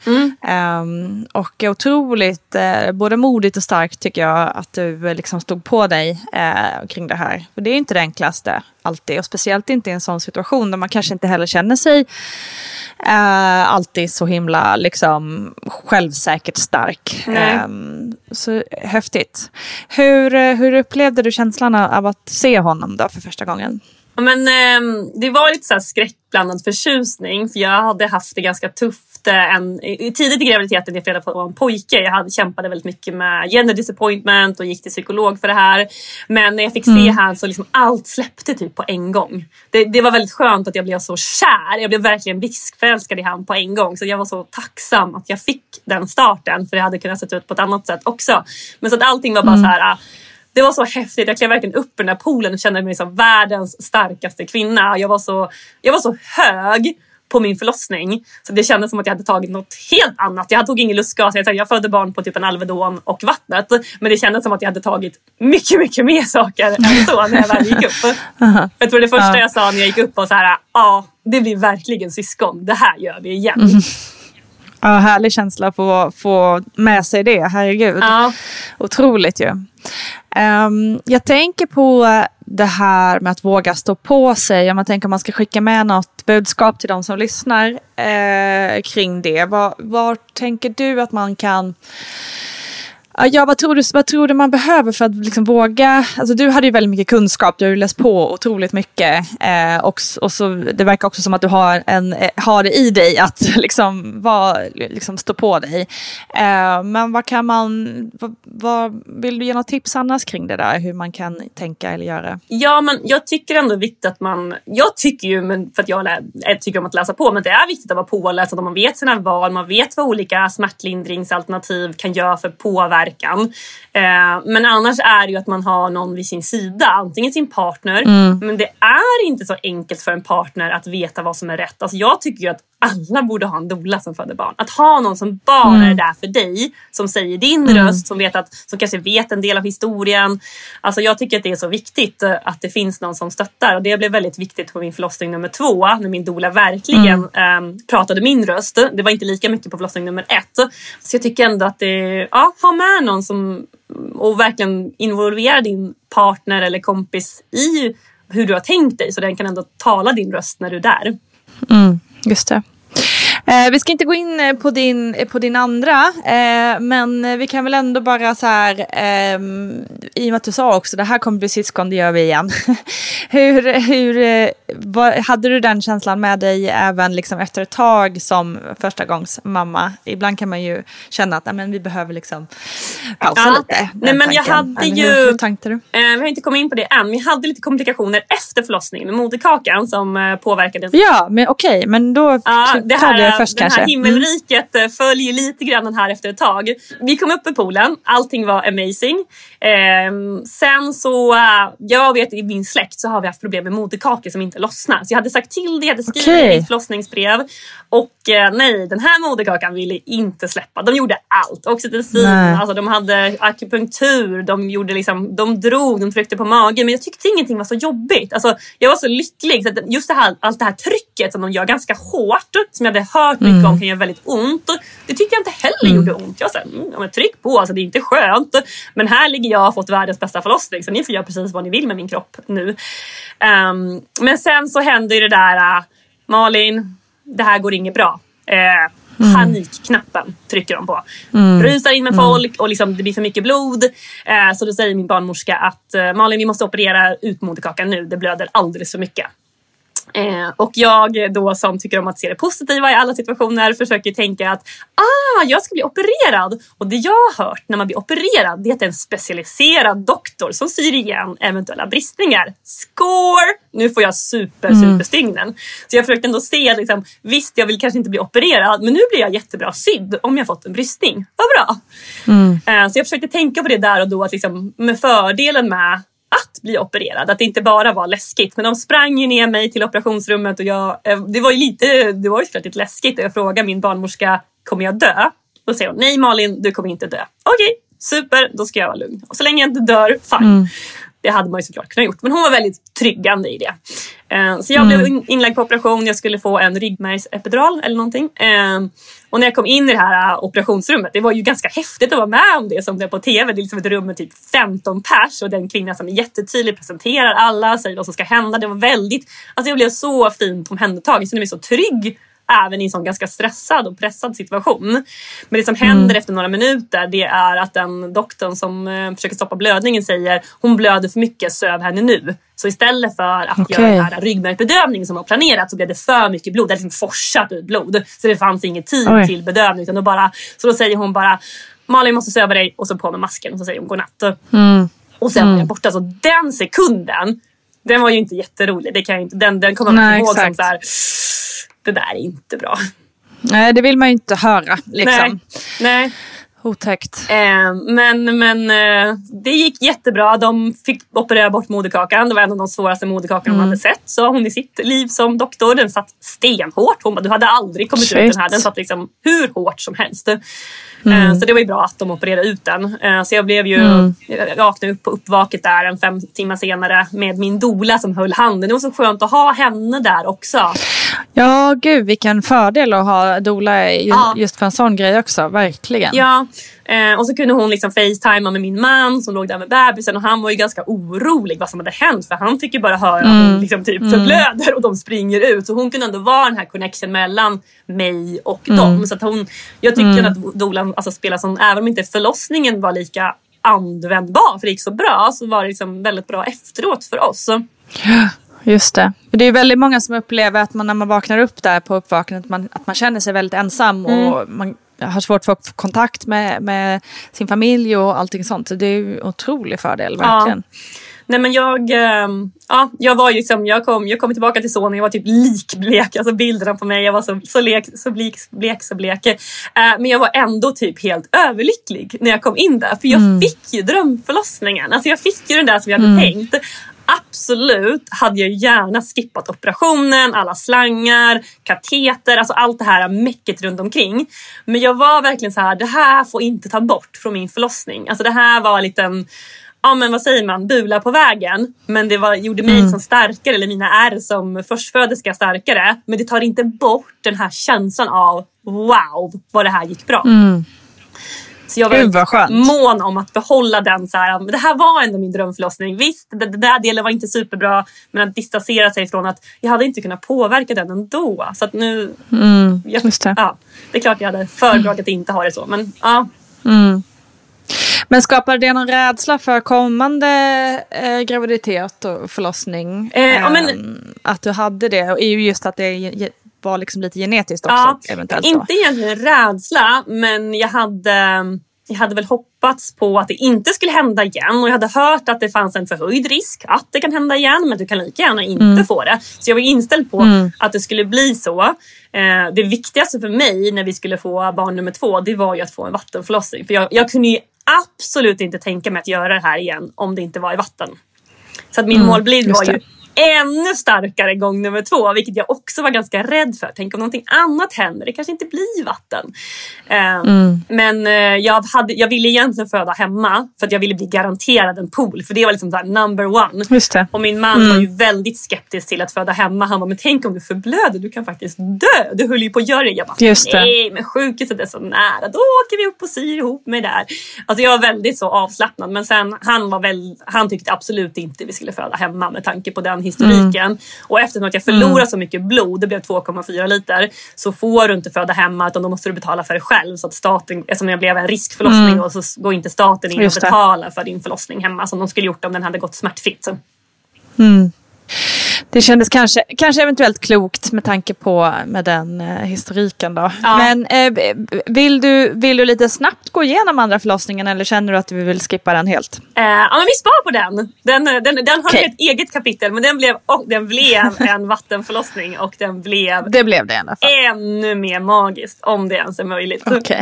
Och otroligt både modigt och starkt tycker jag att du liksom stod på dig kring det här. För det är inte det enklaste alltid och speciellt inte i en sån situation där man kanske inte heller känner sig alltid så himla liksom självsäkert stark. Så häftigt. Hur upplevde du känslan av att se honom då för första gången? Men det var lite så här skräckblandad förtjusning för jag hade haft det ganska tufft tidigt i graviditeten i flera på en pojke. Jag kämpade väldigt mycket med gender disappointment och gick till psykolog för det här. Men när jag fick se han så liksom allt släppte typ på en gång. Det var väldigt skönt att jag blev så kär. Jag blev verkligen blixtförälskad i han på en gång. Så jag var så tacksam att jag fick den starten för det hade kunnat se ut på ett annat sätt också. Men så att allting var bara så här... Det var så häftigt. Jag klev verkligen upp i den här poolen och kände mig som världens starkaste kvinna. Jag var så hög på min förlossning. Så det kändes som att jag hade tagit något helt annat. Jag tog ingen lustgas. Jag födde barn på typ en Alvedon och vattnet. Men det kändes som att jag hade tagit mycket, mycket mer saker än så när jag väl gick upp. Jag tror det första jag sa när jag gick upp var så här: ja, det blir verkligen syskon. Det här gör vi igen. Ja, härlig känsla att få med sig det. Herregud. Ja. Otroligt ju. Jag tänker på det här med att våga stå på sig. Om man tänker om man ska skicka med något budskap till de som lyssnar kring det. Var tänker du att man kan Ja, vad tror du man behöver för att liksom våga? Alltså du hade ju väldigt mycket kunskap, du har ju läst på otroligt mycket och så, det verkar också som att du har det i dig att liksom stå på dig. Men vad vill du ge några tips annars kring det där? Hur man kan tänka eller göra? Ja, men jag tycker ändå viktigt att jag tycker ju, men för att jag tycker om att läsa på, men det är viktigt att vara påläst, att man vet sina val, man vet vad olika smärtlindringsalternativ kan göra för påverkan. Men annars är det ju att man har någon vid sin sida, antingen sin partner, men det är inte så enkelt för en partner att veta vad som är rätt. Alltså jag tycker ju att alla borde ha en doula som föder barn. Att ha någon som bara är där för dig, som säger din röst, som kanske vet en del av historien. Alltså jag tycker att det är så viktigt att det finns någon som stöttar. Och det blev väldigt viktigt på min förlossning nummer 2, när min doula verkligen pratade min röst. Det var inte lika mycket på förlossning nummer 1. Så jag tycker ändå att ha med någon som, och verkligen involvera din partner eller kompis i hur du har tänkt dig, så den kan ändå tala din röst när du är där. Just det. Vi ska inte gå in på din andra, men vi kan väl ändå bara så här, i och med att du sa också, det här kommer bli syskon, det gör vi igen. Hade du den känslan med dig även liksom efter ett tag som första gångs mamma? Ibland kan man ju känna att men vi behöver liksom pausa lite. Nej, men jag hade ju... Hur tänkte du? Vi har inte kommit in på det än, men jag hade lite komplikationer efter förlossningen med moderkakan som påverkade. Ja, men okej, men då tar det först den kanske. Här himmelriket följer lite grann den här efter ett tag. Vi kom upp i poolen, allting var amazing. Sen så, jag vet i min släkt så har vi haft problem med moderkakor som inte lossnar. Så jag hade sagt till det, jag hade skrivit i ett förlossningsbrev. Och nej, den här moderkakan ville inte släppa. De gjorde allt. Oxytocin, alltså de hade akupunktur, de drog, de tryckte på magen. Men jag tyckte ingenting var så jobbigt. Alltså, jag var så lycklig. Så att just allt det här trycket som de gör ganska hårt, som jag hade hört mycket om kan göra väldigt ont. Det tyckte jag inte heller gjorde ont. Jag sa, tryck på, alltså det är inte skönt. Men här ligger jag och har fått världens bästa förlossning, så ni får göra precis vad ni vill med min kropp nu. Men sen så hände ju det där, Malin, det här går inget bra. Panikknappen trycker de på. Rusar in med folk och liksom, det blir för mycket blod. Så då säger min barnmorska att Malin, vi måste operera ut moderkakan nu. Det blöder alldeles för mycket. Och jag då, som tycker om att se det positiva i alla situationer, försöker tänka att jag ska bli opererad. Och det jag har hört när man blir opererad, det är att en specialiserad doktor som syr igen eventuella bristningar. Score! Nu får jag superstygnen. Så jag försökte ändå se liksom, visst, jag vill kanske inte bli opererad, men nu blir jag jättebra sydd om jag fått en bristning. Vad bra! Så jag försökte tänka på det där och då, att liksom, med fördelen med att bli opererad, att det inte bara var läskigt, men de sprang ju ner mig till operationsrummet och det var ju såklart lite läskigt. Och jag frågade min barnmorska, kommer jag dö? Då säger hon, nej Malin, du kommer inte dö. Okej, super, då ska jag vara lugn. Och så länge jag inte dör, fine. Det hade man ju såklart kunnat gjort, men hon var väldigt tryggande i det. Så jag blev inlagd på operation. Jag skulle få en ryggmärgsepidural eller någonting. Och när jag kom in i det här operationsrummet, det var ju ganska häftigt att vara med om det som det är på tv. Det är liksom ett rum med typ 15 pers och den kvinna som är jättetydlig presenterar alla, säger vad som ska hända. Det var väldigt, alltså jag blev så fint omhändertagen, så jag blev så trygg även i en sån ganska stressad och pressad situation. Men det som händer efter några minuter, det är att den doktorn som försöker stoppa blödningen säger, hon blöder för mycket, söv henne nu. Så istället för att göra den här ryggmärgsbedövningen som var planerat, så blev det för mycket blod. Det liksom forsat ut blod. Så det fanns ingen tid till bedövning. Utan så då säger hon bara, Malin måste söva dig, och så på med masken. Och så säger hon godnatt. Och sen var jag borta. Så den sekunden, den var ju inte jätterolig. Det kan jag inte, den kommer man ihåg som så här, det där är inte bra. Nej, det vill man ju inte höra liksom. Nej. Otäckt. Men det gick jättebra. De fick operera bort moderkakan. Det var en av de svåraste moderkakorna de hade sett. Så hon i sitt liv som doktor, den satt stenhårt. Hon bara, du hade aldrig kommit ut den här. Den satt liksom hur hårt som helst. Så det var ju bra att de opererade ut den. Så jag blev ju vaknade upp på uppvaket där 5 timmar senare med min doula som höll handen. Det var så skönt att ha henne där också. Ja, gud, vilken fördel att ha doula just för en sån grej också, verkligen. Ja, Och så kunde hon liksom facetima med min man som låg där med bebisen, och han var ju ganska orolig vad som hade hänt, för han fick ju bara höra att hon liksom typ förblöder och de springer ut. Så hon kunde ändå vara den här connection mellan mig och dem. Så att jag tycker att dolan alltså spelar som, även om inte förlossningen var lika användbar för det gick så bra, så var det liksom väldigt bra efteråt för oss. Just det. Det är väldigt många som upplever att man, när man vaknar upp där på uppvaknandet, att man känner sig väldigt ensam och man har svårt att få kontakt med sin familj och allting sånt. Så det är ju en otrolig fördel, verkligen. Ja. Nej, men jag var liksom, jag kom tillbaka till sonen, jag var typ likblek, alltså bilderna på mig, jag var så blek. Men jag var ändå typ helt överlycklig när jag kom in där, för jag fick ju drömförlossningen. Alltså jag fick ju den där som jag hade tänkt. Absolut hade jag gärna skippat operationen, alla slangar, kateter, alltså allt det här mäcket runt omkring. Men jag var verkligen så här, det här får inte ta bort från min förlossning. Alltså det här var en liten, ja men vad säger man, bula på vägen. Men det gjorde mig som starkare, eller mina ärr som förstföderska starkare. Men det tar inte bort den här känslan av, wow, vad det här gick bra. Så jag var mån om att behålla den så här, det här var ändå min drömförlossning. Visst, det där delen var inte superbra, men att distansera sig från att jag hade inte kunnat påverka den ändå. Så att nu, just det. Ja, det är klart jag hade föredragit att inte ha det så, men ja. Men skapar det någon rädsla för kommande graviditet och förlossning? Att du hade det, och just att det var liksom lite genetiskt också, eventuellt då. Inte egentligen rädsla, men jag hade väl hoppats på att det inte skulle hända igen, och jag hade hört att det fanns en förhöjd risk att det kan hända igen, men du kan lika gärna inte få det. Så jag var inställd på att det skulle bli så. Det viktigaste för mig när vi skulle få barn nummer 2, det var ju att få en vattenförlossning. För jag kunde ju absolut inte tänka mig att göra det här igen om det inte var i vatten. Så att min målbild var ju ännu starkare gång nummer 2, vilket jag också var ganska rädd för. Tänk om någonting annat händer, det kanske inte blir vatten. Men jag ville egentligen föda hemma, för att jag ville bli garanterad en pool, för det var liksom där number one. Just det. Och min man var ju väldigt skeptisk till att föda hemma. Han var, men tänk om du förblöder, du kan faktiskt dö. Du höll ju på att göra det. Jag bara, nej, men sjukhuset är så nära, då åker vi upp och syr ihop med där. Alltså jag var väldigt så avslappnad, men sen han tyckte absolut inte vi skulle föda hemma med tanke på den historiken. Och eftersom att jag förlorar så mycket blod, det blev 2,4 liter, så får du inte föda hemma, utan då måste du betala för det själv. Så att staten, eftersom jag blev en riskförlossning, och så går inte staten in och betalar för din förlossning hemma som de skulle gjort om den hade gått smärtfritt. Det kändes kanske eventuellt klokt med tanke på med den historiken då. Ja. Men vill du lite snabbt gå igenom andra förlossningen, eller känner du att du vill skippa den helt? Ja, men vi spar på den. Den har ett eget kapitel, men den blev en vattenförlossning, och det blev det i alla fall. Ännu mer magiskt, om det ens är möjligt. Okej.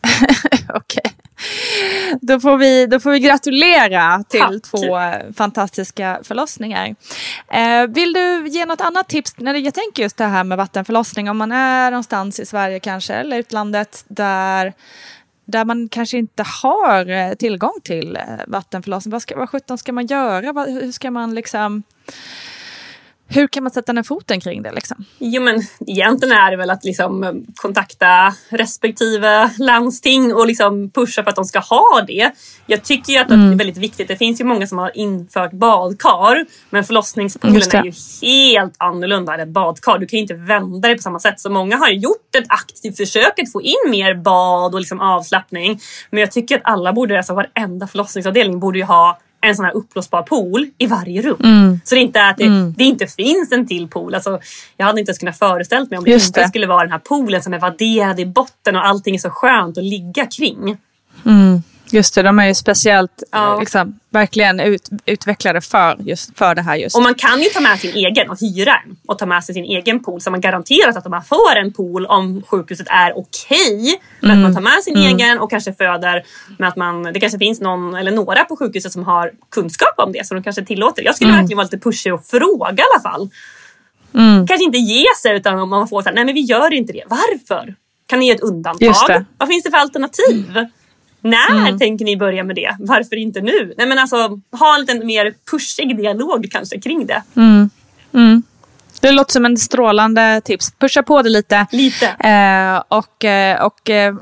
Då får vi gratulera till 2 fantastiska förlossningar. Vill du ge något annat tips? Jag tänker just det här med vattenförlossning, om man är någonstans i Sverige kanske, eller utlandet där man kanske inte har tillgång till vattenförlossning. Vad sjutton ska man göra? Hur ska man liksom... Hur kan man sätta ner foten kring det liksom? Jo, men egentligen är det väl att liksom kontakta respektive landsting och liksom pusha för att de ska ha det. Jag tycker ju att det är väldigt viktigt. Det finns ju många som har infört badkar, men förlossningspoolen är ju helt annorlunda än ett badkar. Du kan ju inte vända det på samma sätt. Så många har ju gjort ett aktivt försök att få in mer bad och liksom avslappning. Men jag tycker att alla borde, alltså varenda förlossningsavdelning borde ju ha en sån här uppblåsbar pool i varje rum. Så det är inte att det inte finns en till pool. Alltså, jag hade inte ens kunnat föreställa mig om det inte skulle vara den här poolen som är vadderad i botten och allting är så skönt att ligga kring. Just det, de är ju speciellt liksom, verkligen utvecklade för det här just. Och man kan ju ta med sin egen och hyra en och ta med sig sin egen pool, så man garanterar att man får en pool om sjukhuset är okej. Men att man tar med sin egen och kanske föder med att det kanske finns någon eller några på sjukhuset som har kunskap om det, så de kanske tillåter. Jag skulle verkligen vara lite pushig och fråga i alla fall. Kanske inte ge sig, utan om man får säga, nej men vi gör inte det. Varför? Kan ni ge ett undantag? Vad finns det för alternativ? När tänker ni börja med det? Varför inte nu? Nej, men alltså, ha en lite mer pushig dialog kanske kring det. Det låter som en strålande tips. Pusha på det lite.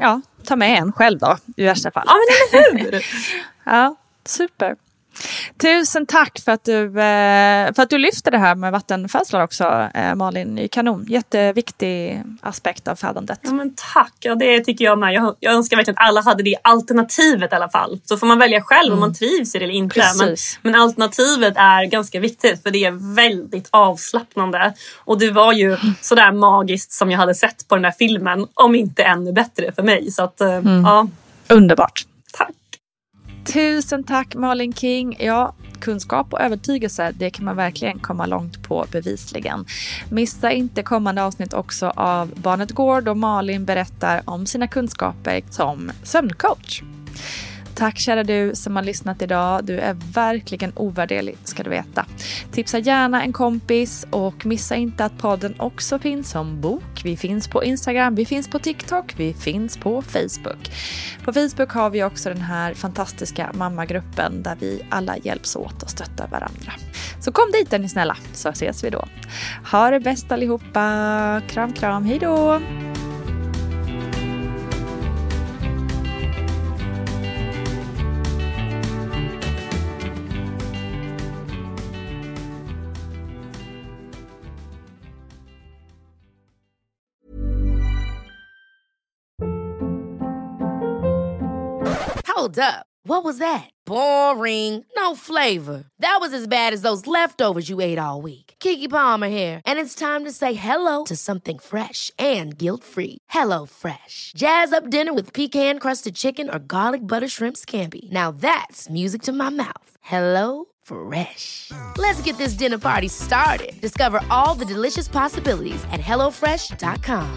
ta med en själv då, i värsta fall. Ja, men eller hur? Ja, super. Tusen tack för att du lyfter det här med vattenfödslar också, Malin. I kanon. Jätteviktig aspekt av födandet. Ja, men tack. Ja, det tycker jag med. Jag önskar verkligen att alla hade det alternativet i alla fall. Så får man välja själv om man trivs i det eller inte. Men alternativet är ganska viktigt, för det är väldigt avslappnande. Och det var ju sådär magiskt som jag hade sett på den här filmen, om inte ännu bättre för mig. Så att, ja. Underbart. Tack. Tusen tack, Malin King. Ja, kunskap och övertygelse, det kan man verkligen komma långt på, bevisligen. Missa inte kommande avsnitt också av Barnet Går, då Malin berättar om sina kunskaper som sömncoach. Tack kära du som har lyssnat idag. Du är verkligen ovärderlig, ska du veta. Tipsa gärna en kompis och missa inte att podden också finns som bok. Vi finns på Instagram, vi finns på TikTok, vi finns på Facebook. På Facebook har vi också den här fantastiska mammagruppen där vi alla hjälps åt och stöttar varandra. Så kom dit är ni snälla, så ses vi då. Ha det bäst allihopa. Kram, kram, hej då! Hold up. What was that? Boring. No flavor. That was as bad as those leftovers you ate all week. Keke Palmer here, and it's time to say hello to something fresh and guilt-free. Hello Fresh. Jazz up dinner with pecan-crusted chicken or garlic butter shrimp scampi. Now that's music to my mouth. Hello Fresh. Let's get this dinner party started. Discover all the delicious possibilities at hellofresh.com.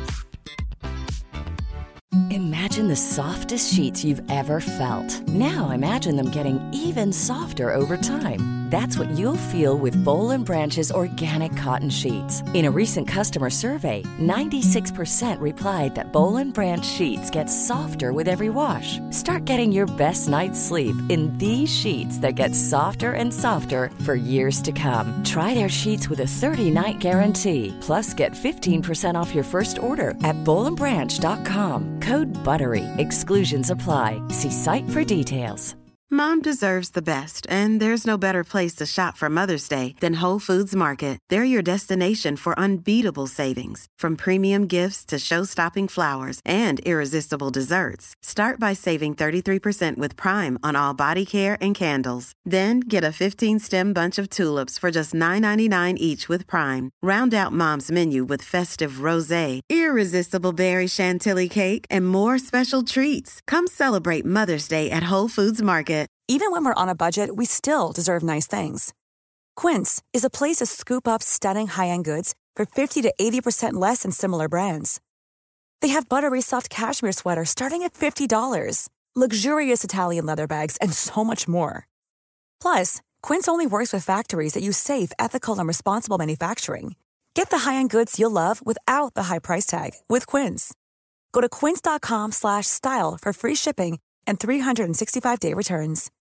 Imagine the softest sheets you've ever felt. Now imagine them getting even softer over time. That's what you'll feel with Boll & Branch's organic cotton sheets. In a recent customer survey, 96% replied that Boll & Branch sheets get softer with every wash. Start getting your best night's sleep in these sheets that get softer and softer for years to come. Try their sheets with a 30-night guarantee. Plus, get 15% off your first order at bollandbranch.com. Code BUTTERY. Exclusions apply. See site for details. Mom deserves the best, and there's no better place to shop for Mother's Day than Whole Foods Market. They're your destination for unbeatable savings, from premium gifts to show-stopping flowers and irresistible desserts. Start by saving 33% with Prime on all body care and candles. Then get a 15-stem bunch of tulips for just $9.99 each with Prime. Round out Mom's menu with festive rosé, irresistible berry chantilly cake, and more special treats. Come celebrate Mother's Day at Whole Foods Market. Even when we're on a budget, we still deserve nice things. Quince is a place to scoop up stunning high-end goods for 50 to 80% less than similar brands. They have buttery soft cashmere sweaters starting at $50, luxurious Italian leather bags, and so much more. Plus, Quince only works with factories that use safe, ethical, and responsible manufacturing. Get the high-end goods you'll love without the high price tag with Quince. Go to quince.com/style for free shipping and 365-day returns.